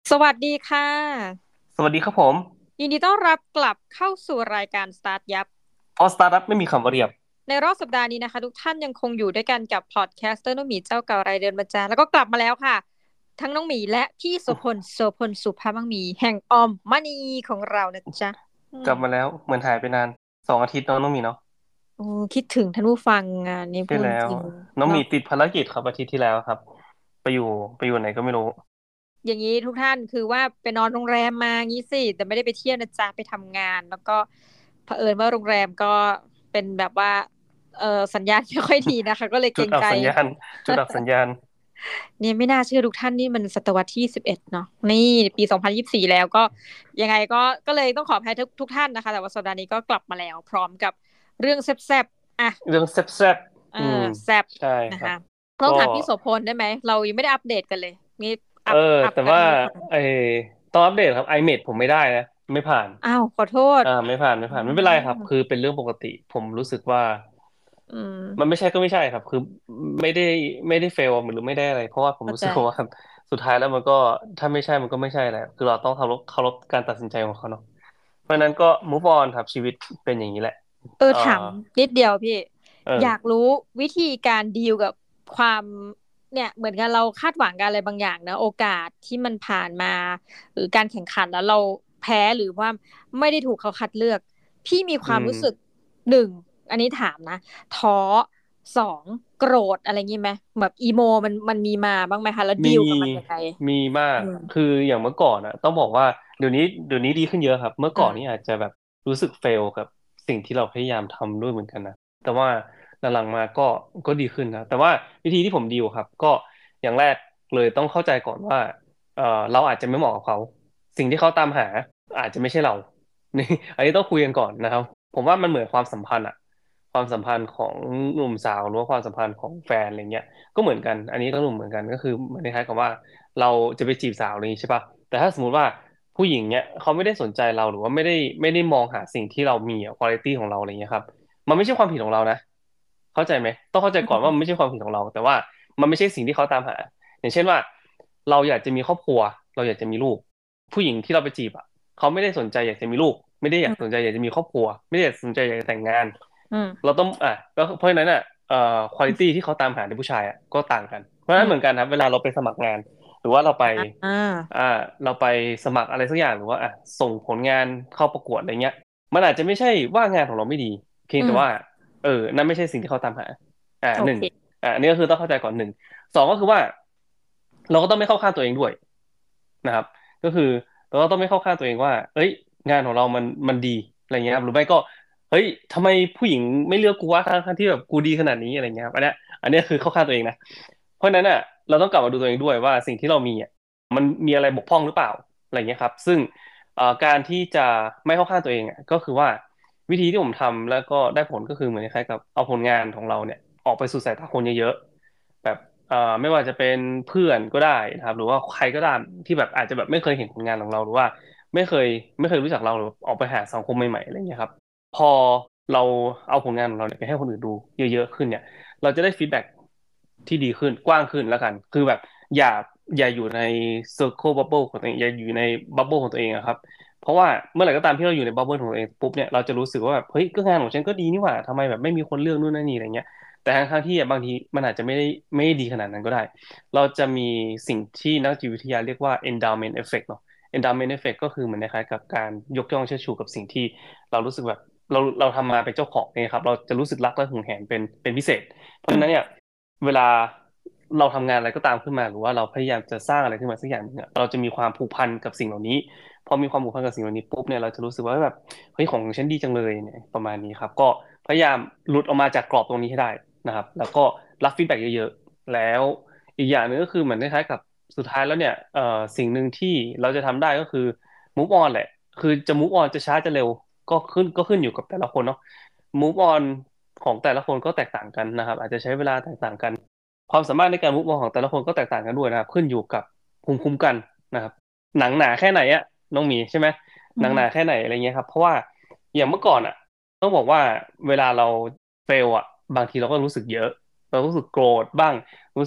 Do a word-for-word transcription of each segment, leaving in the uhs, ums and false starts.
สวัสดีค่ะสวัสดีครับผมยินดีต้อนรับกลับเข้าสู่รายการสตาร์ทยับเพราะสตาร์ทอัพไม่มีคำว่าเรียบในรอบสัปดาห์นี้นะคะทุกท่านยังคงอยู่ด้วยกันกับพอดแคสเตอร์น้องหมีเจ้าเก่ารายเดือนประจาแล้วก็กลับมาแล้วค่ะทั้งน้องหมีและพี่โสพลโสพลสุภาพมังมีแห่งออมมณีของเรานะจ๊ะอืมกลับมาแล้วเหมือนหายไปนานสองอาทิตย์เน้องน้องมีเนาะโอ้คิดถึงท่านผู้ฟังงานนี้พูดใช่แล้วจริงน้องเนาะมีติดภารกิจครับอาทิตย์ที่แล้วครับไปอยู่ไปอยู่ไหนก็ไม่รู้อย่างนี้ทุกท่านคือว่าไปนอนโรงแรมมางี้สิแต่ไม่ได้ไปเที่ยวนะจ๊ะไปทำงานแล้วก็เผอิญว่าโรงแรมก็เป็นแบบว่าเออสัญญาณไม่ค่อยดีนะคะก็เลยเกจุดอับรงใจสัญญาณจุดอับสัญญาณเนี่ยไม่น่าเชื่อทุกท่านนี่มันศตวรรษที่สิบเอ็ดเนาะนี่ปีสองพันยี่สิบสี่แล้วก็ยังไงก็ก็เลยต้องขออภัยทุกทุกท่านนะคะแต่ว่าสัปดาห์นี้ก็กลับมาแล้วพร้อมกับเรื่องแซ่บๆอ่ะเรื่องแซ่บเออๆอืมแซ่บใช่ครับนะคะต้องก็ถามพี่โสพลได้ไหมเรายังไม่ได้อัปเดตกันเลยนี่เอออัปอัปกันแต่ว่าให้ฟังไอ้ตอนอัปเดตครับ ไอ เอ็ม อี ดี ผมไม่ได้นะไม่ผ่านอ้าวขอโทษอ่าไม่ผ่านไม่อืผ่านไม่เป็นไรครับคือมเป็นเรื่องปกติผมรู้สึกว่าอืมมันไม่ใช่ก็ไม่ใช่ครับคือไม่ได้ไม่ได้เฟลหรือไม่ได้อะไรเพราะว่าผมเข้าใจรู้สึกว่าสุดท้ายแล้วมันก็ถ้าไม่ใช่มันก็ไม่ใช่แหละคือเราต้องเคารพเคารพการตัดสินใจของเขาเนาะเพราะฉะนั้นก็ move on ครับชีวิตเป็นอย่างนี้แหละเออเออถามนิดเดียวพี่เอออยากรู้วิธีการดีลกับความเนี่ยเหมือนกันเราคาดหวังกันอะไรบางอย่างนะโอกาสที่มันผ่านมาหรือการแข่งขันแล้วเราแพ้หรือว่าไม่ได้ถูกเขาคัดเลือกพี่มีคอืมวามรู้สึกหนึ่งอันนี้ถามนะท้อสองโกรธอะไรงี้ไหมแบบอีโมมันมันมีมาบ้างไหมคะแล้วมีดีลกับมันยังไงมีมากอืมคืออย่างเมื่อก่อนอะต้องบอกว่าเดี๋ยวนี้เดี๋ยวนี้ดีขึ้นเยอะครับเมื่อก่อนนี่อืมอาจจะแบบรู้สึกเฟลกับสิ่งที่เราพยายามทำด้วยเหมือนกันนะแต่ว่าหลังๆมาก็ก็ดีขึ้นนะแต่ว่าวิธีที่ผมดีลครับก็อย่างแรกเลยต้องเข้าใจก่อนว่าเออเราอาจจะไม่เหมาะกับเขาสิ่งที่เขาตามหาอาจจะไม่ใช่เรานี่อันนี้ต้องคุยกันก่อนนะครับผมว่ามันเหมือนความสัมพันธ์อะความสัมพันธ์ของหนุ่มสาวหรือว่าความสัมพันธ์ของแฟนอะไรเงี้ย ก็เหมือนกัน อันนี้ก็หนุ่มเหมือนกันก็คือเหมือนคล้ายๆกับว่าเราจะไปจีบสาวอะไรอย่างนี้ใช่ป่ะแต่ถ้าสมมติว่าผู้หญิงเนี่ยเขาไม่ได้สนใจเราหรือว่าไม่ได้ไม่ได้มองหาสิ่งที่เรามีอะควอลิตี้ของเราอะไรเงี้ยครับมันไม่ใช่ความผิดของเรานะเข้าใจไหมต้องเข้าใจก่อนว่ามันไม่ใช่ความผิดของเราแต่ว่ามันไม่ใช่สิ่งที่เขาตามหาอย่างเช่นว่าเราอยากจะมีครอบครัวเราอยากจะมีลูกผู้หญิงที่เราไปจีบอ่ะเขาไม่ได้สนใจอยากจะมีลูกไม่ได้อยากสนใจอยากจะมีครอบครัวไม่ได้อยากสนใจอยากจะแต่งงานอืมเราต้องอ่ะก็เพราะฉะนั้นอ่ะเอ่อควอลิตี้ที่เขาตามหาในผู้ชายอ่ะก็ต่างกันเพราะฉะอืมนั้นเหมือนกันครับเวลาเราไปสมัครงานหรือว่าเราไปอ่อ่าาเราไปสมัครอะไรสักอย่างหรือว่าอ่ะส่งผลงานเข้าประกวดอะไรเงี้ยมันอาจจะไม่ใช่ว่างานของเราไม่ดีเพียงแต่ว่าอืมเออนั่นไม่ใช่สิ่งที่เขาตามหาอ่าหนึ่งโอเคอ่าอันนี้ก็คือต้องเข้าใจก่อนหนึ่งสองก็คือว่าเราก็ต้องไม่เข้าข้างตัวเองด้วยนะครับก็คือเราก็ต้องไม่เข้าข้างตัวเองว่าเอ้ยงานของเรามันมันดีอะไรเงี้ยครับหรือไม่ก็ เฮ้ยทำไมผู้หญิงไม่เลือกกูวะทั้งๆที่แบบกูดีขนาดนี้อะไรเงี้ยครับอันเนี้ยอันเนี้ยคือเข้าข้างตัวเองนะเพราะฉะนั้นอ่ะเราต้องกลับมาดูตัวเองด้วยว่าสิ่งที่เรามีอ่ะมันมีอะไรบกพร่องหรือเปล่าอะไรเงี้ยครับซึ่งเอ่อการที่จะไม่เข้าข้างตัวเองอ่ะก็คือว่าวิธีที่ผมทำแล้วก็ได้ผลก็คือเหมือนคล้ายๆกับเอาผลงานของเราเนี่ยออกไปสู่สายตาคนเยอะๆแบบเอ่อไม่ว่าจะเป็นเพื่อนก็ได้นะครับหรือว่าใครก็ตามที่แบบอาจจะแบบไม่เคยเห็นผลงานของเราหรือว่าไม่เคยไม่เคยรู้จักเราหรือออกไปหาสังคมใหม่ๆอะไรเงี้ยครับ พอเราเอาผลงานของเราเนี่ยไปให้คนอื่นดูเยอะๆขึ้นเนี่ยเราจะได้ฟีดแบ็กที่ดีขึ้นกว้างขึ้นแล้วกันคือแบบอย่าอย่าอยู่ใน circle bubble ของตัวเองอย่าอยู่ในบับเบิลของตัวเองอะครับเพราะว่าเมื่อไหร่ก็ตามที่เราอยู่ในบับเบิลของตัวเองปุ๊บเนี่ยเราจะรู้สึกว่าแบบเฮ้ยก็งานของฉันก็ดีนี่หว่าทำไมแบบไม่มีคนเลือกนู่นนั่นนี่อะไรเงี้ยแต่ทั้งๆที่บางทีมันอาจจะไม่ได้ไม่ได้ดีขนาดนั้นก็ได้เราจะมีสิ่งที่นักจิตวิทยาเรียกว่า endowment effect เนาะ endowment effect ก็คือเหมือนคล้ายๆกับการยกย่องเชิดชูกับสิ่งที่ เรารู้สึกแบบเราเราทำมาเป็นเจ้าของเนี่ยครับเราจะรู้สึกรักและหึงแหนเป็นเป็นพิเศษเพราะฉะนั้นเนี่ยอืมเวลาเราทำงานอะไรก็ตามขึ้นมาหรือว่าเราพยายามจะสร้างอะไรขึ้นมาสักอย่างหนึงอะเราจะมีความผูกพันกับสิ่งเหล่านี้พอมีความผูกพันกับสิ่งเหล่านี้ปุ๊บเนี่ยเราจะรู้สึกว่าแบบเฮ้ยของฉันดีจังเลยเนี่ยประมาณนี้ครับก็พยายามหลุดออกมาจากกรอบตรงนี้ให้ได้นะครับแล้วก็รับฟีดแบ็กเยอะๆแล้วอีกอย่างหนึ่งก็คือเหมือนคล้ายๆกับสุดท้ายแล้วเนี่ยเอ่อสิ่งหนึ่งที่เราจะทำได้ก็คือ move on แหละ คือจะ move on จะช้าจะเร็วก็ขึ้นก็ขึ้นอยู่กับแต่ละคนเนาะ move on ของแต่ละคนก็แตกต่างกันนะครับอาจจะใช้เวลาแตกต่างกันความสามารถในการ move on ของแต่ละคนก็แตกต่างกันด้วยนะครับขึ้นอยู่กับภูมิคุ้มกันนะครับหนังหนาแค่ไหนอะน้องหมีใช่ไหมหนังหนาแค่อืมไหนอะไรเงี้ยครับเพราะว่าอย่างเมื่อก่อนอะต้องบอกว่าเวลาเราเฟลอะบางทีเราก็รู้สึกเยอะเรารู้สึกโกรธบ้างรู้สึก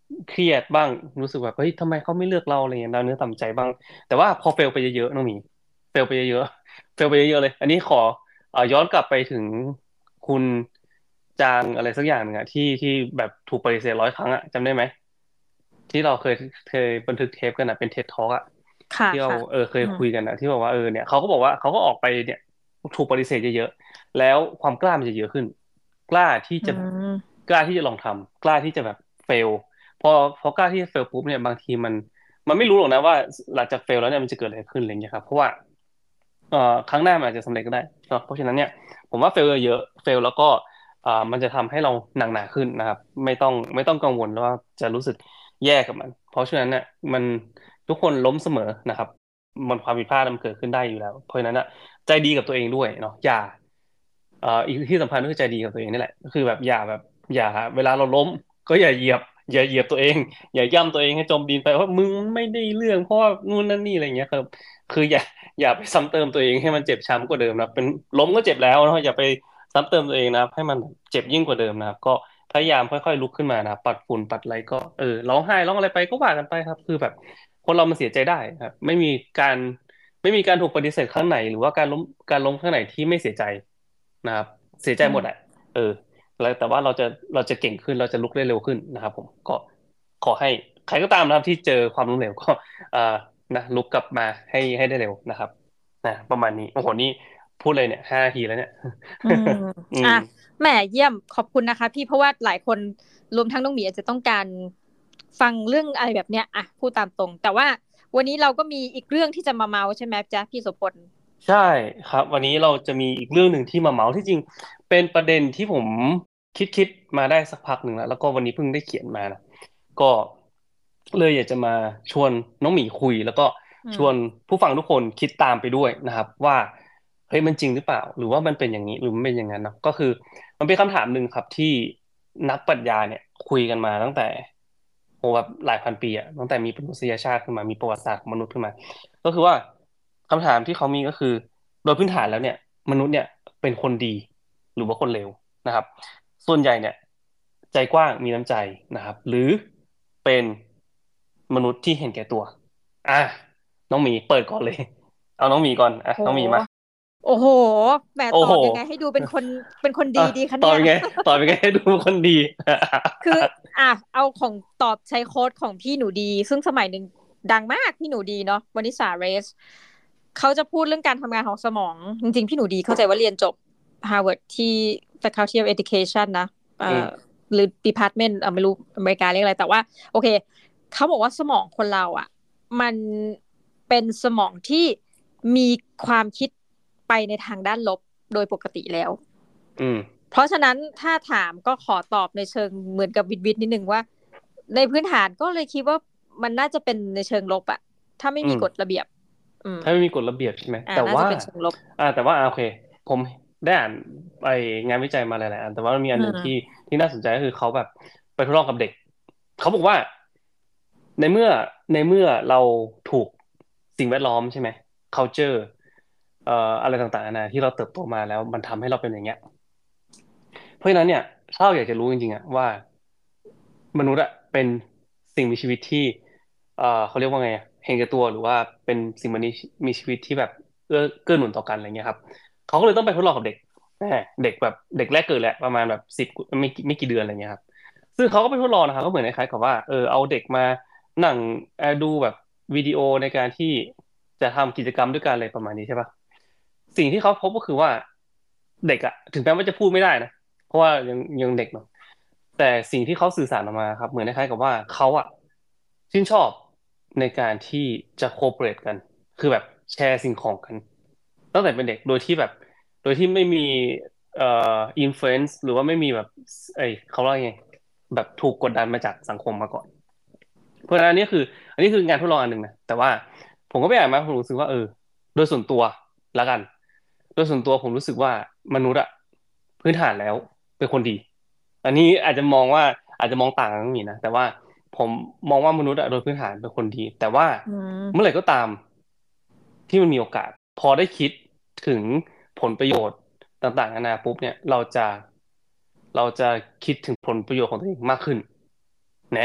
เครียดบ้างรู้สึกแบบเฮ้ยทำไมเขาไม่เลือกเราอะไรเงี้ยเราเนื้อต่ำใจบ้างแต่ว่าพอเฟลไปเยอะๆน้องหมีเฟลไปเยอะๆเฟลไปเยอะๆเลยอันนี้ขอเอ่อย้อนกลับไปถึงคุณจางอะไรสักอย่างหนึ่งอะที่ที่แบบถูกปฏิเสธร้อยครั้งอะจำได้ไหมที่เราเคยเคยบันทึกเทปกันอะเป็นเท็ดทอล์กอะค่ะที่เราค่ะเออเคยอืมคุยกันอะที่บอกว่าเออเนี่ยเขาก็บอกว่าเขาก็ออกไปเนี่ยถูกปฏิเสธเยอะๆแล้วความกล้ามันจะเยอะขึ้นกล้าที่อืจะมกล้าที่จะลองทำกล้าที่จะแบบเฟล พอพอกล้าที่จะเฟลปุ๊บเนี่ยบางทีมันมันไม่รู้หรอกนะว่าหลังจากเฟลแล้วเนี่ยมันจะเกิดอะไรขึ้นอะไรเงี้ยครับเพราะว่าเอ่อครั้งหน้ามันอาจจะสำเร็จก็ได้เนาะเพราะฉะนั้นเนี่ยผมว่าเฟลเยอะเฟลแล้วก็อ่ามันจะทำให้เราหนักหนาขึ้นนะครับไม่ต้องไม่ต้องกังวลว่าจะรู้สึกแย่กับมันเพราะฉะนั้นเนี่ยมันทุกคนล้มเสมอนะครับมันความผิดพลาดมันเกิดขึ้นได้อยู่แล้วเพราะฉะนั้นน่ะใจดีกับตัวเองด้วยเนาะอย่าเอ่ออีกที่สำคัญก็คือใจดีกับตัวเองนี่แหละก็คือแบบอย่าแบบอย่าเวลาเราล้มก็อย่าเหยียบ อย่าเหยียบตัวเองอย่าย่ำตัวเองให้จมดินไปว่ามึงไม่ได้เรื่องเพราะว่านู่นนั่นนี่อะไรเงี้ยครับคืออย่าอย่าไปซ้ำเติมตัวเองให้มันเจ็บช้ำกว่าเดิมนะเป็นล้มก็เจ็บแล้วนะอย่าไปซ้ำเติมตัวเองนะครับให้มันเจ็บยิ่งกว่าเดิมนะครับก็พยายามค่อยๆลุกขึ้นมานะครับปัดฝุ่นปัดอะไรก็เออร้องไห้ร้องอะไรไปก็ว่ากันไปครับคือแบบคนเรามันเสียใจได้ครับไม่มีการไม่มีการถูกปฏิเสธข้างไหนหรือว่าการล้มการล้มข้างไหนที่ไม่เสียใจนะครับเสียใจอืมหมดอะเออ แล้วแต่ว่าเราจะเราจะเก่งขึ้นเราจะลุกได้เร็วขึ้นนะครับผมก็ขอให้ใครก็ตามนะครับที่เจอความล้มเหลวก็เอ่อนะลุกกลับมาให้ให้ได้เร็วนะครับนะประมาณนี้โอ้โหนี่พูดเลยเนี่ยห้านาทีแล้วเนี่ยอืมอือ่ะมแหมเยี่ยมขอบคุณนะคะพี่เพราะว่าหลายคนรวมทั้งน้องหมีอาจจะต้องการฟังเรื่องอะไรแบบเนี้ยอ่ะพูดตามตรงแต่ว่าวันนี้เราก็มีอีกเรื่องที่จะมาเมาใช่ไหมจ๊ะพี่โสพลใช่ครับวันนี้เราจะมีอีกเรื่องหนึ่งที่มาเมาส์ที่จริงเป็นประเด็นที่ผมคิดคิดมาได้สักพักหนึ่งแล้วแล้วก็วันนี้เพิ่งได้เขียนมานะก็เลยอยากจะมาชวนน้องหมีคุยแล้วก็อืมชวนผู้ฟังทุกคนคิดตามไปด้วยนะครับว่าเฮ้ยมันจริงหรือเปล่าหรือว่ามันเป็นอย่างนี้หรือมันเป็นอย่างนั้นเนาะก็คือมันเป็นคำถามหนึ่งครับที่นักปรัชญาเนี่ยคุยกันมาตั้งแต่โหแบบหลายพันปีอะตั้งแต่มีมนุษยชาติขึ้นมามีประวัติศาสตร์ของมนุษย์ขึ้นมาก็คือว่าคำถามที่เขามีก็คือโดยพื้นฐานแล้วเนี่ยมนุษย์เนี่ยเป็นคนดีหรือว่าคนเลวนะครับส่วนใหญ่เนี่ยใจกว้างมีน้ำใจนะครับหรือเป็นมนุษย์ที่เห็นแก่ตัวอ่ะน้องหมีเปิดก่อนเลยเอาน้องหมีก่อนอ่ะโหน้องหมีมาโอ้โหแหมโอ้โหตอบยังไงให้ดูเป็นคนเป็นคนดีอ่ะดีคะเนี่ยตอบยังไงตอบยังไงให้ดูคนดีคืออ่ะเอาของตอบใช้โค้ดของพี่หนูดีซึ่งสมัยหนึ่งดังมากพี่หนูดีเนาะวนิสาเรสเขาจะพูดเรื่องการทำงานของสมองจริงๆพี่หนูดีเข้าใจว่าเรียนจบ Harvard ที่ Faculty of Education นะเอ่อืมอหรือ Department เอ่อไม่รู้อเมริกาเรียกอะไรแต่ว่าโอเคเขาบอกว่าสมองคนเราอ่ะมันเป็นสมองที่มีความคิดไปในทางด้านลบโดยปกติแล้วอืมเพราะฉะนั้นถ้าถามก็ขอตอบในเชิงเหมือนกับวิดวิดนิดนึงว่าในพื้นฐานก็เลยคิดว่ามันน่าจะเป็นในเชิงลบอะถ้าไม่มีอืมกฎระเบียบอืมถ้าไม่มีกฎระเบียบใช่ไหมแต่ว่าอ่าน่าจะเป็นเชิงลบอ่าแต่ว่าอ่าโอเคผมได้อ่านไปงานวิจัยมาหลายๆอันแต่ว่ามันมีอือันหนึ่งที่มที่น่าสนใจก็คือเขาแบบไปทดลองกับเด็กเขาบอกว่าในเมื่อในเมื่อเราถูกสิ่งแวดล้อมใช่ไหม culture เอ่ออะไรต่างๆนานาที่เราเติบโตมาแล้วมันทำให้เราเป็นอย่างเงี้ยเพราะฉะนั้นเนี่ยถ้าเราอยากจะรู้จริงๆอะว่า มนุษย์อะเป็นสิ่งมีชีวิตที่เอ่อเขาเรียกว่าไงอะเห็นแก่ตัวหรือว่าเป็นสิ่งมีมีชีวิตที่แบบเอื้อเกื้อหนุนต่อกันอะไรเงี้ยครับเขาก็เลยต้องไปทดลองกับเด็กแหมเด็กแบบเด็กแรกเกิดแหละประมาณแบบสิบไม่กี่ไม่กี่เดือนอะไรเงี้ยครับซึ่งเขาก็ไปทดลองนะครับก็เหมือนคล้ายๆกับว่าเออเอาเด็กมานั่งเอ่อดูแบบวิดีโอในการที่จะทำกิจกรรมด้วยกันอะไรประมาณนี้ใช่ปะสิ่งที่เขาพบก็คือว่าเด็กอะถึงแม้ว่าจะพูดไม่ได้นะ เพราะว่ายังยังเด็กเนาะแต่สิ่งที่เขาสื่อสารออกมาครับเหมือนคล้ายๆกับว่าเขาอะชื่นชอบในการที่จะโคเปรตกันคือแบบแชร์สิ่งของกันตั้งแต่เป็นเด็กโดยที่แบบโดยที่ไม่มีเอ่ออินฟลูเอนซ์หรือว่าไม่มีแบบไอ้ยเขาเรียกว่าไงแบบถูกกดดันมาจากสังคมมาก่อนเพราะฉะนั้นอันนี้คืออันนี้คืองานทดลองอันหนึ่งนะแต่ว่าผมก็ไปอ่านมาผมรู้สึกว่าเออโดยส่วนตัวละกันโดยส่วนตัวผมรู้สึกว่ามนุษย์อะพื้นฐานแล้ว เป็นคนดี อันนี้อาจจะมองว่าอาจจะมองต่างกันก็มีนะแต่ว่าผมมองว่ามนุษย์อะโดยพื้นฐานเป็นคนดีแต่ว่าอืเมื่อไหมร่ก็ตามที่มันมีโอกาสพอได้คิดถึงผลประโยชน์ต่างๆนานาปุ๊บเนี่ยเราจะเราจะคิดถึงผลประโยชน์ของตัวเองมากขึ้นแน่ก็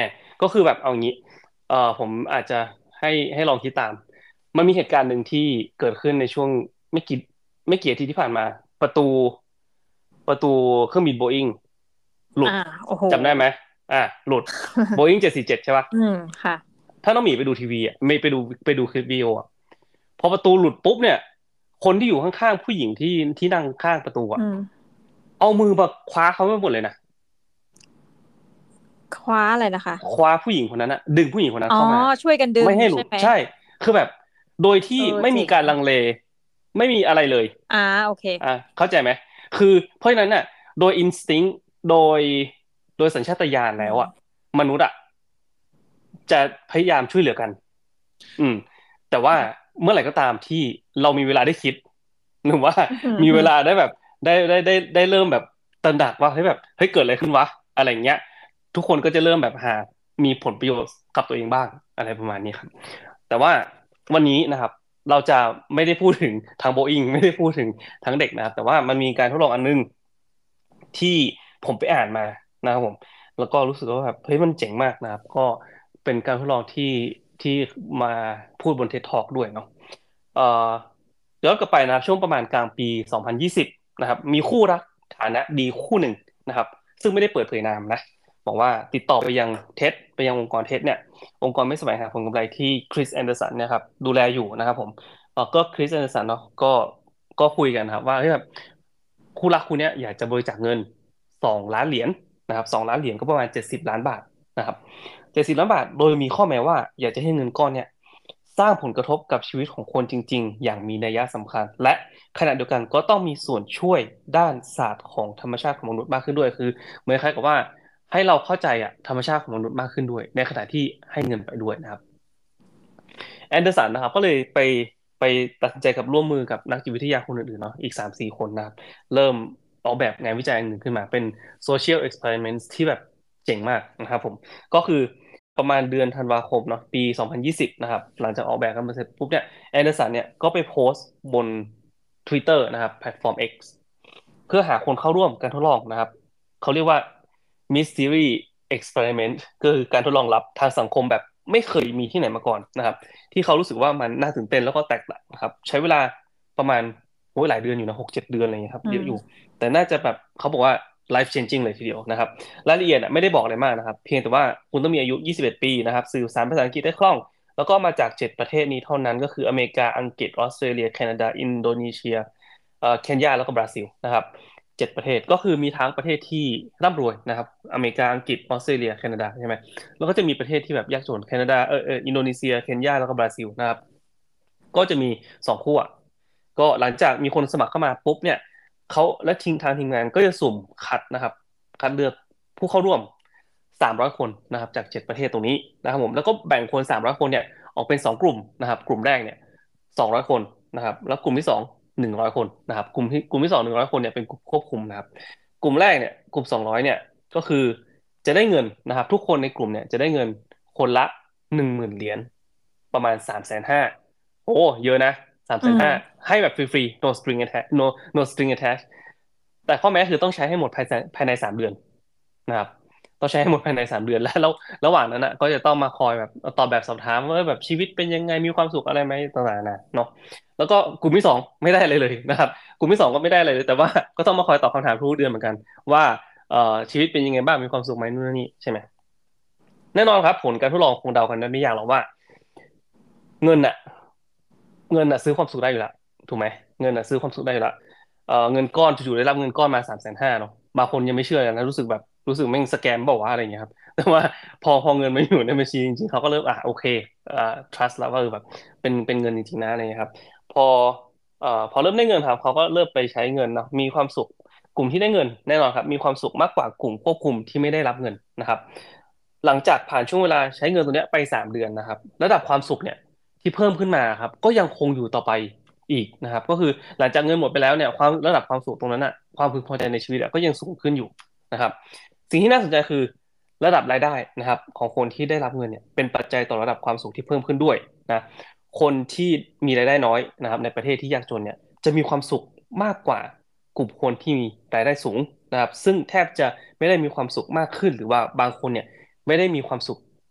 ก็คือแบบเอางี้เอ่อผมอาจจะให้ให้ลองคิดตามมันมีเหตุการณ์หนึ่งที่เกิดขึ้นในช่วงไม่กี่ไม่กี่อาทิตย์ที่ผ่านมาประตูประตูเครื่องบินโบอิงหลุอ่าดโอ้โหจำได้ไหมอ่าหลุดโบอิงเจ็ดสี่เจ็ดใช่ปะอืมค่ะถ้าน้องหมีไปดูทีวีอ่ะไม่ไปดูไปดูคลิปวิดีโออ่ะพอประตูหลุดปุ๊บเนี่ยคนที่อยู่ข้างๆผู้หญิงที่ที่นั่งข้างประตูอ่ะอืมเอามือมาคว้าเขาไม่หมดเลยนะคว้าอะไรนะคะคว้าผู้หญิงคนนั้นอะดึงผู้หญิงคนนั้อ๋อนเข้ามาช่วยกันดึไม่ให้หลุงใช่ไหมดใช่คือแบบโดยที่เออไม่มีเจ๋งการลังเลไม่มีอะไรเลยอ่าโอเคอ่ะเข้าใจไหมคือเพราะฉะนั้นน่ะโดยอินสติ้งโดยโดยสัญชาตญาณอืแล้วอะมมนุษย์อะจะพยายามช่วยเหลือกันอืมแต่ว่าเมื่อไหร่ก็ตามที่เรามีเวลาได้คิดหรือว่าอืมมีเวอืมลาได้แบบได้ได้ได้ได้เริ่มแบบตระหนักว่าเฮ้ยแบบเฮ้ยเกิดอะไรขึ้นวะอะไรอย่างเงี้ยทุกคนก็จะเริ่มแบบหามีผลประโยชน์กับตัวเองบ้างอะไรประมาณนี้ครับแต่ว่าวันนี้นะครับเราจะไม่ได้พูดถึงทางโบอิงไม่ได้พูดถึงทั้งเด็กนะครับแต่ว่ามันมีการทดลองอันนึงที่ผมไปอ่านมานะครับผม แล้วก็รู้สึกว่าแบบเฮ้ยมันเจ๋งมากนะครับก็เป็นการทดลองที่ที่มาพูดบน ที อี ดี Talk ด้วยเนาะเอ่อย้อนกลับไปนะครับช่วงประมาณกลางปีสองพันยี่สิบนะครับมีคู่รักฐานะดีคู่หนึ่งนะครับซึ่งไม่ได้เปิดเผยนามนะบอกว่าติดต่อไปยังเท็ดไปยังองค์กรเท็ดเนี่ยองค์กรไม่แสวงหาผลกำไรที่คริสแอนเดอร์สันเนี่ยครับดูแลอยู่นะครับผมเอ่อก็คริสแอนเดอร์สันเนาะก็ก็คุยกันครับว่าเฮ้ยแบบคู่รักคู่เนี้ยอยากจะบริจาคเงินสองล้านเหรียญ นะครับสองล้านเหรียญก็ประมาณเจ็ดสิบล้านบาทนะครับเจ็ดสิบล้านบาทโดยมีข้อแม้ว่าอยากจะให้เงินก้อนเนี่ยสร้างผลกระทบกับชีวิตของคนจริงๆอย่างมีนัยสำคัญและขณะเดียวกันก็ต้องมีส่วนช่วยด้านศาสตร์ของธรรมชาติของมนุษย์มากขึ้นด้วยคือเหมือนคล้ายกับว่าให้เราเข้าใจอะธรรมชาติของมนุษย์มากขึ้นด้วยในขณะที่ให้เงินไปด้วยนะครับ แอนเดอร์สันนะครับก็เลยไปไปตัดสินใจกับร่วมมือกับนักจิตวิทยาคนอื่นๆเนาะอีกสามสี่คนนะครับเริ่มออกแบบงานวิจัยอันหนึ่งขึ้นมาเป็น social experiment ที่แบบเจ๋งมากนะครับผมก็คือประมาณเดือนธันวาคมเนาะปีสองพันยี่สิบนะครับหลังจากออกแบบกันมาเสร็จปุ๊บเนี่ยแอนเดอร์สันเนี่ยก็ไปโพสต์บน Twitter นะครับแพลตฟอร์ม X เพื่อหาคนเข้าร่วมการทดลองนะครับเขาเรียกว่า Mystery Experiment ก็คือการทดลองลับทางสังคมแบบไม่เคยมีที่ไหนมาก่อนนะครับ ที่เขารู้สึกว่ามันน่าตื่นเต้นแล้วก็แตกต่างนะครับใช้เวลาประมาณโอ้ยหลายเดือนอยู่นะหกเจ็ดเดือนอะไรเงี้ยครับอืมเยอะอยู่แต่น่าจะแบบเขาบอกว่า life changing เลยทีเดียวนะครับรายละเอียดอะไม่ได้บอกอะไรมากนะครับเพียงแต่ว่าคุณต้องมีอายุยี่สิบเอ็ดปีนะครับสื่อสารภาษาอังกฤษได้คล่องแล้วก็มาจากเจ็ดประเทศนี้เท่านั้นก็คืออเมริกาอังกฤษออสเตรเลียแคนาดาอินโดนีเซียเอ่อเคนยาแล้วก็บราซิลนะครับเจ็ดประเทศก็คือมีทั้งประเทศที่ร่ำรวยนะครับอเมริกาอังกฤษออสเตรเลียแคนาดาใช่ไหม แล้วก็จะมีประเทศที่แบบยากจนแคนาดาเออเอออินโดนีเซียเคนยาแล้วก็บราซิลนะครับก็จะมีสองขั้วก็หลังจากมีคนสมัครเข้ามาปุ๊บเนี่ยเขาและทีมทางทีมงานก็จะสุ่มคัดนะครับคัดเลือกผู้เข้าร่วมสามร้อยคนนะครับจากเจ็ดประเทศตรงนี้นะครับผมแล้วก็แบ่งคนสามร้อยคนเนี่ยออกเป็นสองกลุ่มนะครับกลุ่มแรกเนี่ยสองร้อยคนนะครับแล้วกลุ่มที่สองหนึ่งร้อยคนนะครับกลุ่มที่กลุ่มที่สองหนึ่งร้อยคนเนี่ยเป็นกลุ่มควบคุมนะครับกลุ่มแรกเนี่ยกลุ่มสองร้อยเนี่ยก็คือ จะได้เงินนะครับทุกคนในกลุ่มเนี่ยจะได้เงินคนละหนึ่งหมื่นเหรียญประมาณสามแสนห้าโอ้เยอะนะสามอืมแสนห้าให้แบบฟรีๆ no string attached no no string attached แต่ข้อแม้คือต้องใช้ให้หมดภายในภายในสามเดือนนะครับต้องใช้ให้หมดภายในสามเดือนแล้วแล้วระหว่างนั้นอ่ะก็จะต้องมาคอยแบบตอบแบบสอบถามว่าแบบชีวิตเป็นยังไงมีความสุขอะไรไหมต่างๆนะเนาะแล้วก็กลุ่มที่สองไม่ได้เลยเลยนะครับกลุ่มที่สองก็ไม่ได้เลยแต่ว่าก็ต้องมาคอยตอบคำถามทุกเดือนเหมือนกันว่า เอ่อชีวิตเป็นยังไงบ้างมีความสุขไหมนู่นนนี่ใช่ไหมแน่นอนครับผลการทดลองคงเดากันได้ไม่ยากหรอกว่าเงินอะเงินอะซื้อความสุขได้อยู่แล้วถูกไหมเงินอะซื้อความสุขได้อยู่แล้วเอ่อเงินก้อนจู่ๆได้รับเงินก้อนมาสามแสนห้าเนาะบางคนยังไม่เชื่อกันนะรู้สึกแบบรู้สึกแม่งสแกมบอกว่าวะอะไรอย่างเงี้ยครับแต่ว่าพอพอเงินมาอยู่ในบัญชีจริงๆเขาก็เริ่มอ่ะโอเคอ่า trust แล้วว่าเออแบบเป็นเป็นเงินจริงๆนะอะไรอย่างเงี้ยครับพอเอ่อพอเริ่มได้เงินครับเขาก็เริ่มไปใช้เงินเนาะมีความสุข กลุ่มที่ได้เงินแน่นอนครับมีความสุขมากกว่ากลุ่มควบคุมที่ไม่ได้รับเงินนะครับหลังจากผ่านช่วงเวลาใช้เงินตัวเนี้ยไปสามเดือนนะครับระดับความสุขเนี่ยที่เพิ่มขึ้นมาครับก็ยังคงอยู่ต่อไปอีกนะครับก็คือหลังจากเงินหมดไปแล้วเนี่ยความระดับความสุขตรงนั้นอ่ะความพึงพอใจในชีวิตอะก็ยังสูงขึ้นอยู่นะครับสิ่งที่น่าสนใจคือระดับรายได้นะครับของคนที่ได้รับเงินเนี่ยเป็นปัจจัยต่อระดับความสุขที่เพิ่มขึ้นด้วยนะคนที่มีรายได้น้อยนะครับในประเทศที่ยากจนเนี่ยจะมีความสุขมากกว่า กลุ่มคนที่มีรายได้สูงนะครับซึ่งแทบจะไม่ได้มีความสุขมากขึ้นหรือว่าบางคนเนี่ยไม่ได้มีความสุข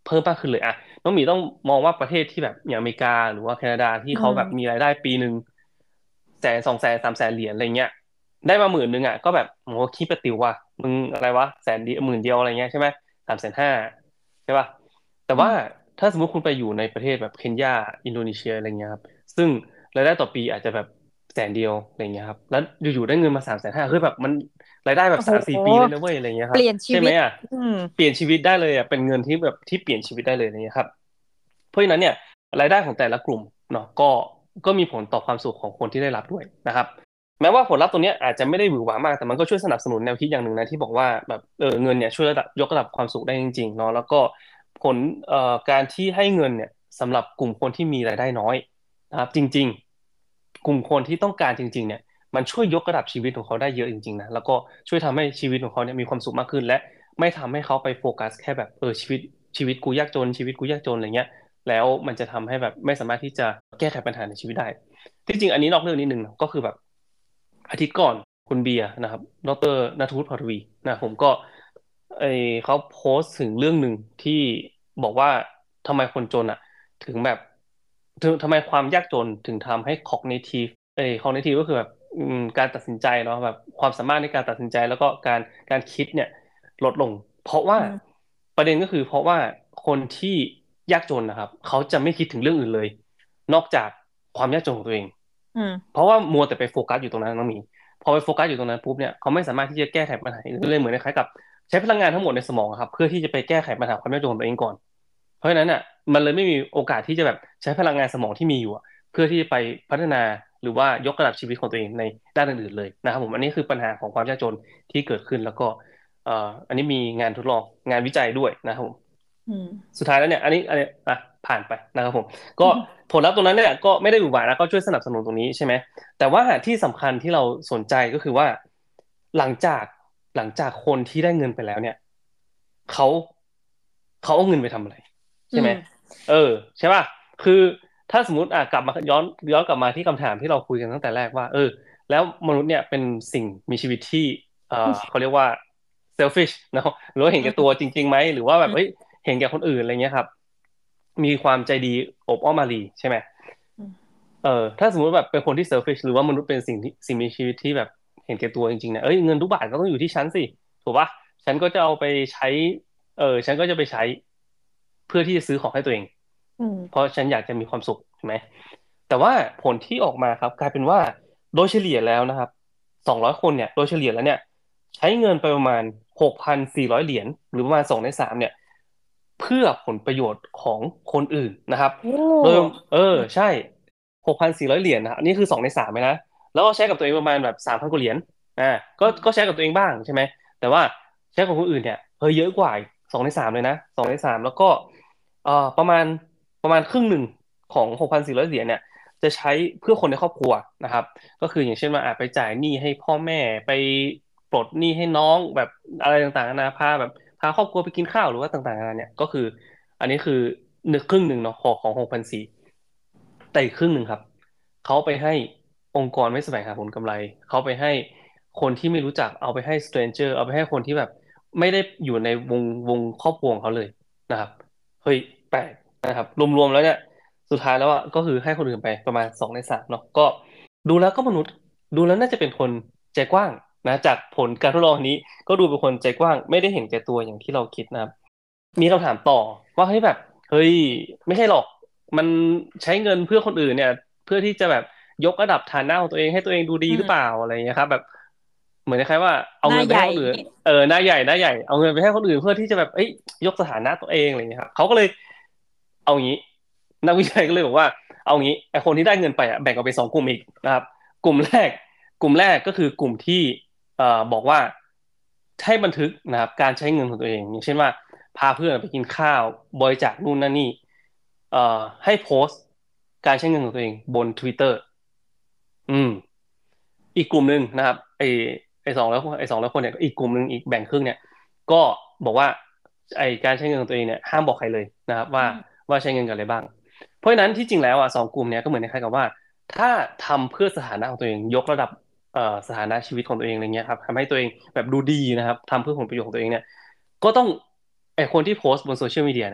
เพิ่มมากขึ้นเลยอะน้องหมีต้องมองว่าประเทศที่แบบอย่างอเมริกาหรือว่าแคนาดาที่อืเขาแบบมีมรายได้ปีหนึ่งแสนสองแสนสามแสนเหรียญอะไรเงี้ยได้มาหมื่นหนึ่งอ่ะก็แบบโหคิดไปติวว่ะมึงอะไรวะแสนเดียวหมื่นเดียวอะไรเงี้ยใช่ไหมสามแสนห้าใช่ป่ะแต่ว่าอืมถ้าสมมติคุณไปอยู่ในประเทศแบบเคนยาอินโดนีเซียอะไรเงี้ยครับซึ่งรายได้ต่อปีอาจจะแบบแสนเดียวอะไรเงี้ยครับแล้วอยู่ๆได้เงินมาสามแสนห้าคือแบบมันรายได้แบบโอ้โหสามสี่ปีเลยนะเว้ยอะไรเงี้ยครับเปลี่ยนชีวิตใช่ไหมอ่ะอืมเปลี่ยนชีวิตได้เลยอ่ะเป็นเงินที่แบบที่เปลี่ยนชีวิตได้เลยอย่างเงี้ยครับเพราะฉะนั้นเนี่ยรายได้ของแต่ละกลุ่มเนาะก็ก็มีผลต่อความสุขของคนที่ได้รับด้วยนะครับแม้ว่าผลลัพธ์ตัวเนี้ยอาจจะไม่ได้หวือหวามากแต่มันก็ช่วยสนับสนุนแนวคิดอย่างหนึ่งนะที่บอกว่าแบบเออเงินเนี่ยช่วยระดับยกระดับความสุขได้จริงๆเนาะแล้วก็ผลเอ่อการที่ให้เงินเนี่ยสำหรับกลุ่มคนที่มีรายได้น้อยนะครับจริงๆกลุ่มคนที่ต้องการจริงๆเนี่ยมันช่วยยกระดับชีวิตของเขาได้เยอะจริงๆนะแล้วก็ช่วยทำให้ชีวิตของเขาเนี่ยมีความสุขมากขึ้นและ ไม่ทำให้เขาไปโฟกัสแค่แบบเออชีวิตชีวิตกูยากจนชีวิตกูยากจนอะไรเงี้ยแล้วมันจะทำให้แบบไม่สามารถที่จะแก้ไขปัญหาในชีวิตได้ที่จริงอันนี้นอกเรื่องนิดนึงนะก็คือแบบอาทิตย์ก่อนคุณเบียร์นะครับดรณัฐวุฒิเผ่าทวีนะผมก็ไอเขาโพสต์ถึงเรื่องหนึ่งที่บอกว่าทำไมคนจนอ่ะถึงแบบถึงทำไมความยากจนถึงทำให้ cognitive เอ้ย cognitive ก็คือแบบอืมการตัดสินใจเนาะแบบความสามารถในการตัดสินใจแล้วก็การการคิดเนี่ย ลดลงเพราะว่าอืมประเด็นก็คือเพราะว่าคนที่ยากจนนะครับเขาจะไม่คิดถึงเรื่องอื่นเลยนอกจากความยากจนของตัวเองอืมเพราะว่ามัวแต่ไปโฟกัสอยู่ตรงนั้นน้องหมีพอไปโฟกัสอยู่ตรงนั้นปุ๊บเนี่ยเขาไม่สามารถที่จะแก้ไขปัญหาอื่นได้เลยเหมือนคล้ายๆกับใช้พลังงานทั้งหมดในสมองครับเพื่อที่จะไปแก้ไขปัญหาความยากจนของตัวเองก่อนเพราะฉะนั้นอ่ะมันเลยไม่มีโอกาสที่จะแบบใช้พลังงานสมองที่มีอยู่อะเพื่อที่จะไปพัฒนาหรือว่ายกระดับชีวิตของตัวเองในด้านอื่นๆเลยนะครับผมอันนี้คือปัญหาของความยากจนที่เกิดขึ้นแล้วก็ เอ่ออันนี้มีงานทดลองงานวิจัยด้วยนะครับผมอืมสุดท้ายแล้วเนี่ยอันนี้อันนี้อ่ะผ่านไปนะครับผมก็อืมผลลัพธ์ตรงนั้นเนี่ยก็ไม่ได้หวือหวานะก็ช่วยสนับสนุนตรงนี้ใช่ไหมแต่ว่าที่สำคัญที่เราสนใจก็คือว่าหลังจากหลังจากคนที่ได้เงินไปแล้วเนี่ยเขาเขาเอาเงินไปทำอะไรอืใช่ไหมมเออใช่ป่ะคือถ้าสมมติอ่ะกลับมาย้อนย้อนกลับมาที่คำถามที่เราคุยกันตั้งแต่แรกว่าเออแล้วมนุษย์เนี่ยเป็นสิ่งมีชีวิตที่เอ่อเขาเรียกว่า selfish เนอะหรือว่าเห็นแก่ตัวจริงๆไหมหรือว่าแบบเอ้ยเห็นแก่คนอื่นอะไรเงี้ยครับมีความใจดีโอบอ้อมอารีใช่ไหมเออถ้าสมมติแบบเป็นคนที่ selfish หรือว่ามนุษย์เป็นสิ่งที่สิ่งมีชีวิตที่แบบเห็นแก่ตัวจริงๆเนี่ยเอ้ยเงินทุกบาทก็ต้องอยู่ที่ฉันสิถูกปะฉันก็จะเอาไปใช้เออฉันก็จะไปใช้เพื่อที่จะซื้อของให้ตัวเองอืมเพราะฉันอยากจะมีความสุขใช่ไหมแต่ว่าผลที่ออกมาครับกลายเป็นว่าโดยเฉลี่ยแล้วนะครับสองร้อยคนเนี่ยโดยเฉลี่ยแล้วเนี่ย ใช้เงินไปประมาณหกพันสี่ร้อยเหรียญหรือประมาณสองในสามเนี่ยเพื่อผลประโยชน์ของคนอื่นนะครับโอ้โดยเอออืมใช่หกพันสี่ร้อยเหรียญนะครับอันนี้คือสองในสามเลยนะแล้วก็ใช้กับตัวเองประมาณแบบสามพันกว่าเหรียญอ่าก็ก็ใช้กับตัวเองบ้างใช่ไหมแต่ว่าใช้กับคนอื่นเนี่ยเฮ้ยเยอะกว่าสองในสามเลยนะสองในสามแล้วก็เอ่อประมาณประมาณครึ่งหนึ่งของหกพันสี่ร้อยเหรียญเนี่ยจะใช้เพื่อคนในครอบครัวนะครับ ก็คืออย่างเช่นว่าอ่ะไปจ่ายหนี้ให้พ่อแม่ไปปลดหนี้ให้น้องแบบอะไรต่างๆนานาพาแบบพาครอบครัวไปกินข้าวหรือว่าต่างๆนานาเนี่ยก็คืออันนี้คือหนึ่งครึ่งหนึ่งเนาะของของหกพันสี่แต่อีกครึ่งหนึ่งครับเขาไปให้องค์กรไม่แสวงหาผลกำไรเขาไปให้คนที่ไม่รู้จักเอาไปให้ stranger เอาไปให้คนที่แบบไม่ได้อยู่ในวงวงครอบครัวของเขาเลยนะครับเฮ้ยแปลกนะครับรวมๆแล้วเนี่ยสุดท้ายแล้วอ่ะก็คือให้คนอื่นไปประมาณสองในสามเนาะก็ ดูแล้วก็มนุษย์ดูแล้วน่าจะเป็นคนใจกว้างนะจากผลการทดลองนี้ก็ดูเป็นคนใจกว้างไม่ได้เห็นแก่ตัวอย่างที่เราคิดนะครับมีคำถามต่อว่าเฮ้ยแบบเฮ้ยไม่ใช่หรอกมันใช้เงินเพื่อคนอื่นเนี่ยเพื่อที่จะแบบยกระดับฐานะของตัวเองให้ตัวเองดูดีหรือเปล่าอืมอะไรอย่างเงี้ยครับแบบเหมือนคล้ายๆว่าเอาเงินไปหน้าใหญ่ให้คนอื่นเออหน้าใหญ่หน้าใหญ่เอาเงินไปให้คนอื่นเพื่อที่จะแบบเอ้ยยกสถานะตัวเองอะไรอย่างเงี้ยครับเขาก็เลยเอางี้นักวิจัยก็เลยบอกว่า เอางี้ไอคนที่ได้เงินไปอ่ะแบ่งออกเป็นสองกลุ่มอีกนะครับกลุ่มแรกกลุ่มแรกก็คือกลุ่มที่เอ่อบอกว่าให้บันทึกนะครับการใช้เงินของตัวเองอย่างเช่นว่าพาเพื่อนไปกินข้าวบริจาคนู่นนั่นนี่เอ่อให้โพสต์การใช้เงินของตัวเองบน Twitter อืมอีกกลุ่มหนึ่งนะครับไอไอสองร้อยไอสองร้อยคนเนี่ยอีกกลุ่มหนึ่งอีกแบ่งครึ่งเนี่ยก็บอกว่าไอการใช้เงินของตัวเองเนี่ยห้ามบอกใครเลยนะครับว่าอืมว่าใช้เงินกับอะไรบ้าง เพราะฉะนั้นที่จริงแล้วอ่ะสองกลุ่มเนี้ยก็เหมือนคล้ายๆกับว่าถ้าทำเพื่อสถานะของตัวเองยกระดับเอ่อสถานะชีวิตของตัวเองอะไรเงี้ยครับทำให้ตัวเองแบบดูดีนะครับทำเพื่อผลประโยชน์ของตัวเองเนี่ยก็ต้องไอคนที่โพสต์บนโซเชียลมีเดียเนี่ย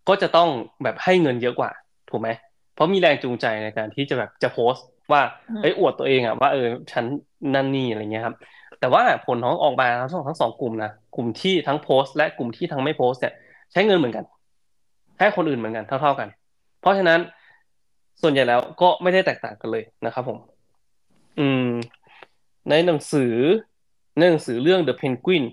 ก็จะต้องแบบให้เงินเยอะกว่าถูกไหมเพราะมีแรงจูงใจในการที่จะแบบจะโพสต์ว่าอืมเอ้ยอวดตัวเองอะว่าเออฉันนั่นนี่อะไรเงี้ยครับแต่ว่าผลของออกมาทั้งสองทั้งสองกลุ่มนะกลุ่มที่ทั้งโพสต์และกลุ่มที่ทั้งไม่โพสต์เนี่ยใช้เงินเหมือนกันให้คนอื่นเหมือนกันเท่าๆกันเพราะฉะนั้นส่วนใหญ่แล้วก็ไม่ได้แตกต่างกันเลยนะครับผมอืมในหนังสือในหนังสือเรื่อง The Penguin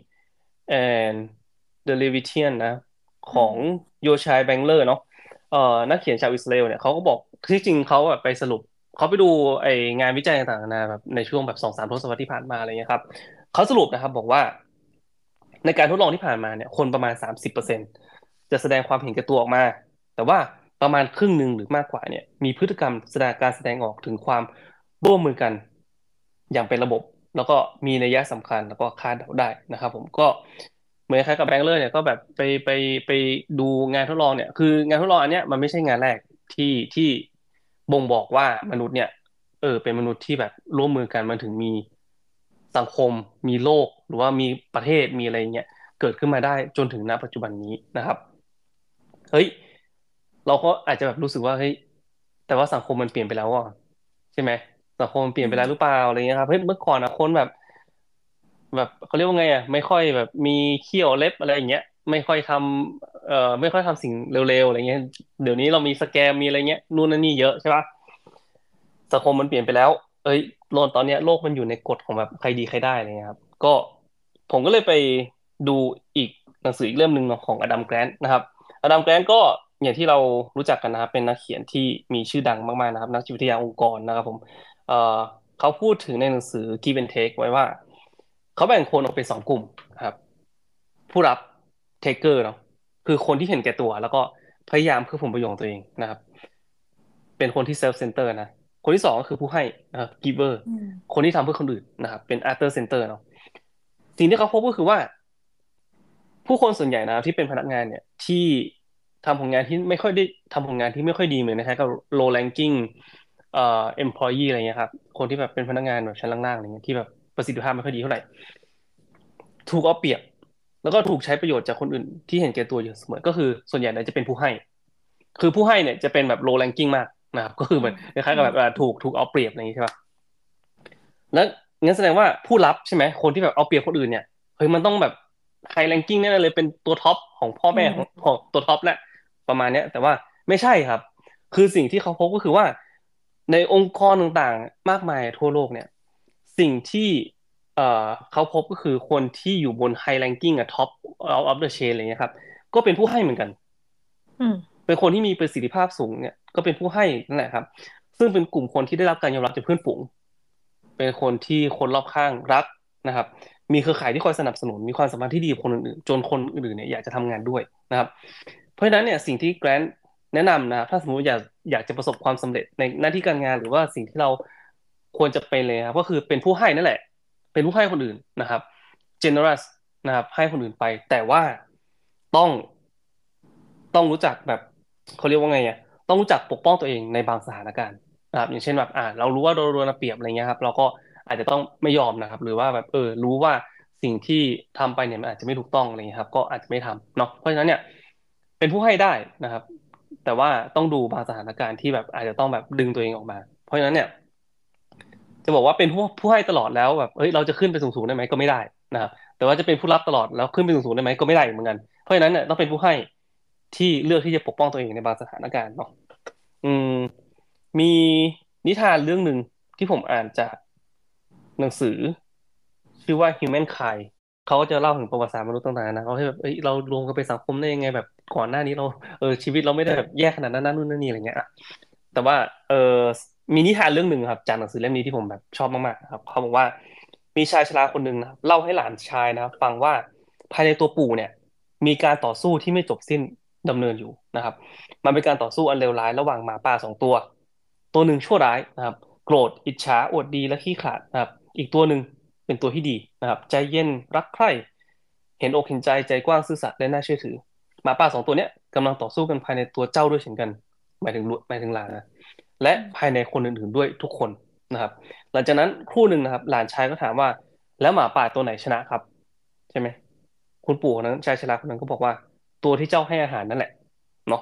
and the Levitian นะขอืมองโยชัยแบงเลอร์เนาะเอ่อนักเขียนชาวอิสราเอลเนี่ยเขาก็บอกที่จริงเขาแบบไปสรุปเขาไปดูไองานวิจัยต่างๆนานาแบบในช่วงแบบสองสามทศวรรษที่ผ่านมาอะไรเงี้ยครับเขาสรุปนะครับบอกว่าในการทดลองที่ผ่านมาเนี่ยคนประมาณสามสิบเปอร์เซ็นต์จะแสดงความเห็นแก่ตัวออกมาแต่ว่าประมาณครึ่งหนึ่งหรือมากกว่าเนี่ยมีพฤติกรรมแสดงการแสดงออกถึงความร่วมมือกันอย่างเป็นระบบแล้วก็มีนัยสำคัญแล้วก็คาดเดาได้นะครับผมก็เหมือนคล้ายกับแบงค์เลอร์เนี่ยก็แบบไปไปไปดูงานทดลองเนี่ยคืองานทดลองอันเนี้ยมันไม่ใช่งานแรกที่ที่บ่งบอกว่ามนุษย์เนี่ย เออเป็นมนุษย์ที่แบบร่วมมือกันมันถึงมีสังคมมีโลกหรือว่ามีประเทศมีอะไรเงี้ยเกิดขึ้นมาได้จนถึงณปัจจุบันนี้นะครับเฮ้ยเราก็อาจจะแบบรู้สึกว่าเฮ้ยแต่ว่าสังคมมันเปลี่ยนไปแล้วอ่ะใช่ไหมสังคมมันเปลี่ยนไปแล้วหรือเปล่าอะไรเงี้ยครับเฮ้ยเมื่อก่อนอะคนแบบแบบเขาเรียกว่าไงอ่ะไม่ค่อยแบบมีเขี้ยวเล็บอะไรอย่างเงี้ยไม่ค่อยทำเอ่อไม่ค่อยทำสิ่งเร็วๆอะไรเงี้ยเดี๋ยวนี้เรามีสแกมมีอะไรเงี้ยนู่นนั่นนี่เยอะใช่ปะ สังคมมันเปลี่ยนไปแล้วเอ้ยโลกตอนเนี้ยโลกมันอยู่ในกฎของแบบใครดีใครได้อะไรเงี้ยครับก็ผมก็เลยไปดูอีกหนังสืออีกเล่มหนึ่งเนาะของอดัมแกรนต์นะครับอดัมแกรนต์ก็อย่างที่เรารู้จักกันนะครับเป็นนักเขียนที่มีชื่อดังมากๆนะครับนักจิตวิทยาองค์กรนะครับผมเอ่อเขาพูดถึงในหนังสือ Give and Take ไว้ว่าเขาแบ่งคนออกเป็นสองกลุ่มครับผู้รับ taker เนาะคือคนที่เห็นแก่ตัวแล้วก็พยายามเพื่อผลประโยชน์ของตัวเองนะครับเป็นคนที่ self center นะ คนที่สองก็คือผู้ให้นะครับ giver อืมคนที่ทำเพื่อคนอื่นนะครับเป็น other center เนาะสิ่งที่เขาพบก็คือว่าผู้คนส่วนใหญ่นะครับที่เป็นพนักงานเนี่ยที่ทำผลงานที่ไม่ค่อยได้ทำผลงานที่ไม่ค่อยดีเหมือนนะครับกับ low ranking เอ่อ employee อะไรเงี้ยครับคนที่แบบเป็นพนักงานแบบชั้นล่างๆอะไรเงี้ยที่แบบประสิทธิภาพไม่ค่อยดีเท่าไหร่ถูกเอาเปรียบแล้วก็ถูกใช้ประโยชน์จากคนอื่นที่เห็นแก่ตัวอยู่เสมอก็คือส่วนใหญ่เนี่ยจะเป็นผู้ให้คือผู้ให้เนี่ยจะเป็นแบบ low ranking มากนะครับก็คือเหมือนอืมคล้ายๆอืมกับแบบอ่าถูกถูกเอาเปรียบอะไรอย่างนี้ใช่ปะ แล้วงั้นแสดงว่าผู้รับใช่ไหมคนที่แบบเอาเปรียบคนอื่นเนี่ยเฮ้ยมันต้องแบบไฮแรงกิ้งแน่เลยเป็นตัวท็อปของพ่ออืแม่ของมของตัวท็อปแหละประมาณเนี้ยแต่ว่าไม่ใช่ครับคือสิ่งที่เขาพบก็คือว่าในองค์กรต่างๆมากมายทั่วโลกเนี่ยสิ่งที่เอ่อเขาพบก็คือคนที่อยู่บนไฮแรงกิ้งอะท็อปออฟเดอะเชนอะไรเงี้ยครับก็เป็นผู้ให้เหมือนกันอืมเป็นคนที่มีประสิทธิภาพสูงเนี่ยก็เป็นผู้ให้นั่นแหละครับซึ่งเป็นกลุ่มคนที่ได้รับการยอมรับจากเพื่อนฝูง เป็นคนที่คนรอบข้างรักนะครับมีเครือข่ายที่คอยสนับสนุนมีความสัมพันธ์ที่ดีกับคนอื่นๆจนคนอื่นๆเนี่ยอยากจะทำงานด้วยนะครับเพราะฉะนั้นเนี่ยสิ่งที่แกรนท์แนะนำนะครับถ้าสมมติอยากอยากจะประสบความสำเร็จในหน้าที่การงานหรือว่าสิ่งที่เราควรจะเป็นเลยครับก็คือเป็นผู้ให้นั่นแหละเป็นผู้ให้คนอื่นนะครับ generous นะครับให้คนอื่นไปแต่ว่าต้องต้องรู้จักแบบเขาเรียกว่าไงอ่ะต้องรู้จักปกป้องตัวเองในบางสถานการณ์ นะครับอย่างเช่นแบบอ่าเรารู้ว่าโดนโดนเอาเปรียบอะไรเงี้ยครับเราก็อาจจะต้องไม่ยอมนะครับหรือว่าแบบเออรู้ว่าสิ่งที่ทำไปเนี่ยมันอาจจะไม่ถูกต้องอะไรเงี้ยครับก็อาจจะไม่ทำเนาะเพราะฉะนั้นเนี่ยเป็นผู้ให้ได้นะครับแต่ว่าต้องดูบางสถานการณ์ที่แบบอาจจะต้องแบบดึงตัวเองออกมาเพราะฉะนั้นเนี่ยจะบอกว่าเป็นผู้ผู้ให้ตลอดแล้วแบบเฮ้ยเราจะขึ้นไปสูงๆได้ไหมก็ไม่ได้นะครับแต่ว่าจะเป็นผู้รับตลอดแล้วขึ้นไปสูงๆได้ไหมก็ไม่ได้เหมือนกันเพราะฉะนั้นเนี่ยต้องเป็นผู้ให้ที่เลือกที่จะปกป้องตัวเองในบางสถานการณ์เนาะ อืมมีนิทานเรื่องหนึ่งที่ผมอ่านจากหนังสือชื่อว่า Humankind เขาก็จะเล่าถึงประวัติศาสตร์มนุษย์ต่างๆนะเขาให้แบบเอ้ยเรารวมกันเป็นสังคมได้ยังไงแบบก่อนหน้านี้เราเออชีวิตเราไม่ได้แบบแย่ขนาดนั้นนั่นนู่นนั่นนี่อะไรเงี้ยอะแต่ว่าเออมีนิทานเรื่องหนึ่งครับจากหนังสือเล่มนี้ที่ผมแบบชอบมากๆนะครับเขาบอกว่ามีชายชราคนหนึ่งนะครับเล่าให้หลานชายนะครับฟังว่าภายในตัวปู่เนี่ยมีการต่อสู้ที่ไม่จบสิ้นดำเนินอยู่นะครับ มันเป็นการต่อสู้อันเลวร้ายระหว่างหมาป่าสองตัว ตัวหนึ่งชั่วร้ายนะครับโกรธอิจฉาอวดดีและขี้ขลาดนะครับอีกตัวหนึ่งเป็นตัวที่ดีนะครับใจเย็นรักใคร่เห็นอกเห็นใจใจกว้างซื่อสัตย์และน่าเชื่อถือหมาป่าสองตัวเนี้ยกำลังต่อสู้กันภายในตัวเจ้าด้วยเช่นกันหมายถึงลุหมายถึงหลานนะและอืมภายในคนอื่นๆด้วยทุกคนนะครับหลังจากนั้นครู่หนึ่งนะครับหลานชายก็ถามว่าแล้วหมาป่าตัวไหนชนะครับใช่ไหมคุณปู่คนนั้นชายชราคนนั้นก็บอกว่าตัวที่เจ้าให้อาหารนั่นแหละเนาะ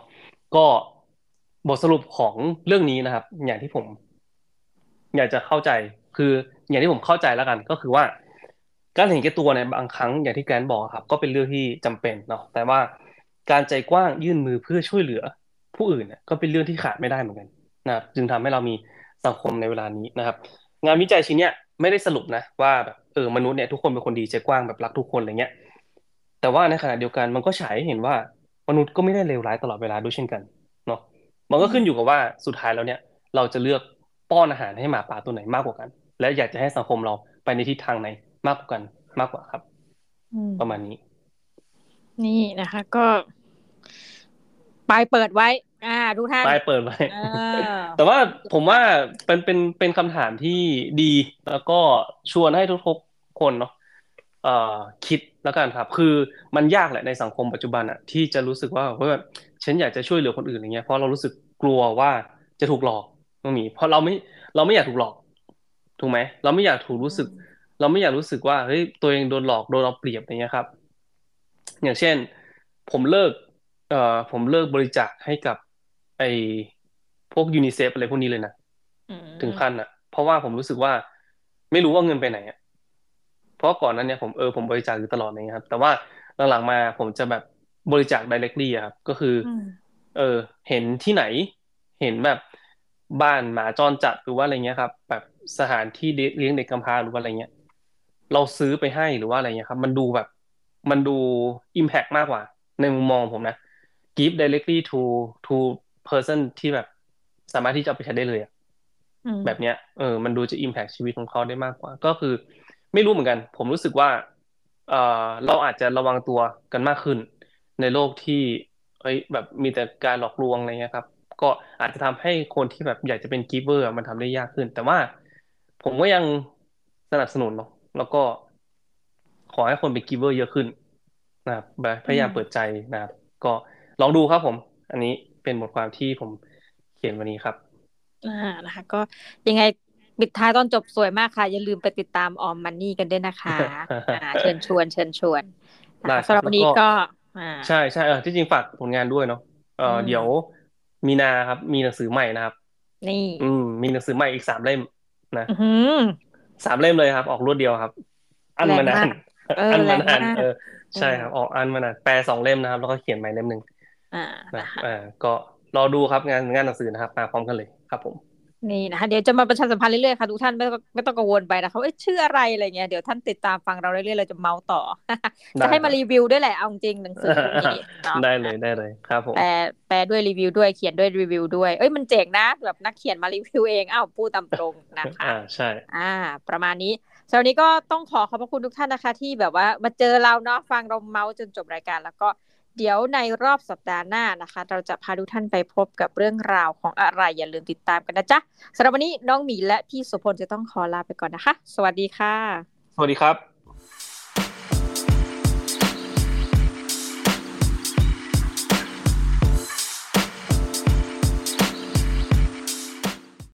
ก็บทสรุปของเรื่องนี้นะครับอย่างที่ผมอยากจะเข้าใจคืออย่างที่ผมเข้าใจแล้วกันก็คือว่าการเห็นแก่ตัวในบางครั้งอย่างที่แกรนบอกครับก็เป็นเรื่องที่จำเป็นเนาะแต่ว่าการใจกว้างยื่นมือเพื่อช่วยเหลือผู้อื่นเนี่ยก็เป็นเรื่องที่ขาดไม่ได้เหมือนกันนะครับจึงทำให้เรามีสังคมในเวลานี้นะครับงานวิจัยชิ้นเนี้ยไม่ได้สรุปนะว่าแบบเออมนุษย์เนี่ยทุกคนเป็นคนดีใจกว้างแบบรักทุกคนอะไรเงี้ยแต่ว่าในขณะเดียวกันมันก็ฉายให้เห็นว่ามนุษย์ก็ไม่ได้เลวร้ายตลอดเวลาด้วยเช่นกันเนาะ มันอืมก็ขึ้นอยู่กับว่าสุดท้ายแล้วเนี่ยเราจะเลือกป้อนอาหารให้หมาป่าตัวไหนมากกว่ากันและอยากจะให้สังคมเราไปในทิศทางไหนมากกว่ากันมากกว่าครับอืมประมาณนี้นี่นะคะก็ปลายเปิดไว้อ่าทุกท่านป้ายเปิดไว้เออแต่ว่าติดผมว่าตามเป็นเป็นเป็นคำถามที่ดีแล้วก็ชวนให้ทุกๆคนเนาะเอ่อคิดแล้วกันครับคือมันยากแหละในสังคมปัจจุบันอะที่จะรู้สึกว่าเฮ้ยแบบฉันอยากจะช่วยเหลือคนอื่นอย่างเงี้ยเพราะเรารู้สึกกลัวว่าจะถูกหลอกตรงนี้เพราะเราไม่เราไม่อยากถูกหลอกถูกไหมเราไม่อยากถูกรู้สึกเราไม่อยากรู้สึกว่าเฮ้ยตัวเองโดนหลอกโดนเอาเปรียบอย่างเงี้ยครับอย่างเช่นผมเลิกเอ่อผมเลิกบริจาคให้กับไอพวกยูนิเซฟอะไรพวกนี้เลยนะอืถึงขั้นมอ่ะเพราะว่าผมรู้สึกว่าไม่รู้ว่าเงินไปไหนอ่ะ เพราะก่อนหนั้นเนี่ยผมเออผมบริจาคอยู่ตลอดเลยครับแต่ว่าหลังๆมาผมจะแบบบริจาค directly อะครับก็คืออืมเออเห็นที่ไหนเห็นแบบบ้านหมาจรจัดหรือว่าอะไรเงี้ยครับแบบสถานที่เลี้ยงเด็กกำพร้าหรือว่าอะไรเงี้ยเราซื้อไปให้หรือว่าอะไรเงี้ยครับมันดูแบบมันดู impact มากกว่าในมุมมองผมนะ give directly to to person ที่แบบสามารถที่จะเอาไปใช้ได้เลยอะอืมแบบเนี้ยเออมันดูจะ impact ชีวิตของเขาได้มากกว่าก็คือไม่รู้เหมือนกันผมรู้สึกว่าเออเราอาจจะระวังตัวกันมากขึ้นในโลกที่เอ้ยแบบมีแต่การหลอกลวงอะไรเงี้ยครับก็อาจจะทำให้คนที่แบบอยากจะเป็นกิฟเวอร์มันทำได้ยากขึ้นแต่ว่าผมก็ยังสนับสนุนเนาะแล้วก็ขอให้คนเป็นกิฟเวอร์เยอะขึ้นนะครับพอืมยายามเปิดใจนะครับก็ลองดูครับผมอันนี้เป็นบทความที่ผมเขียนวันนี้ครับอ่านะคะก็ยังไงปิดท้ายตอนจบสวยมากค่ะอย่าลืมไปติดตามออมมันนี่กันด้วยนะคะอ่าเชิญชวนเชิญชวนนะได้คะสำหรับครับแล้วก็วันนี้ก็อ่าใช่ใช่เออที่จริงฝากผลงานด้วยเนาะเอออืเดี๋ยวมมีนาครับมีหนังสือใหม่นะครับนี่อืมมีหนังสือใหม่อีกสามเล่มนะอือหือสามเล่มเลยครับออกรวดเดียวครับอั้นมานานแรงมากเอออั้นแรมานานเอองมากอืมใช่ครับออกอั้นมานานแปลสองเล่มนะครับแล้วก็เขียนใหม่เล่มหนึ่งอ่านะครับนะคะอ่าก็รอดูครับงานงานหนังสือนะครับมาพร้อมกันเลยครับผมนี่นะคะเดี๋ยวจะมาประชาสัมพันธ์เรื่อยๆค่ะทุกท่านไม่ต้องไม่ต้องกังวลไปนะคะว่าเอ๊ะชื่ออะไรอะไรเงี้ยเดี๋ยวท่านติดตามฟังเราเรื่อยๆเราจะเมาส์ต่อ จะให้มาได้ครับรีวิวด้วยแหละเอาจริงหนังสือพวกนี้เนาะได้เลยได้เลยครับผมแปลแปลด้วยรีวิวด้วยเขียนด้วยรีวิวด้วยเอ้ยมันเจ๋งนะแบบนักเขียนมารีวิวเองอ้าวพูดตามตรงนะคะอ่าใช่อ่าประมาณนี้สำหรับวันนี้ก็ต้องขอขอบพระคุณทุกท่านนะคะที่แบบว่ามาเจอเราเนาะฟังเราเมาส์จนจบรายการแล้วก็เดี๋ยวในรอบสัปดาห์หน้านะคะเราจะพาทุกท่านไปพบกับเรื่องราวของอะไรอย่าลืมติดตามกันนะจ๊ะสำหรับวันนี้น้องหมีและพี่โสุพลจะต้องขอลาไปก่อนนะคะสวัสดีค่ะสวัสดีครับ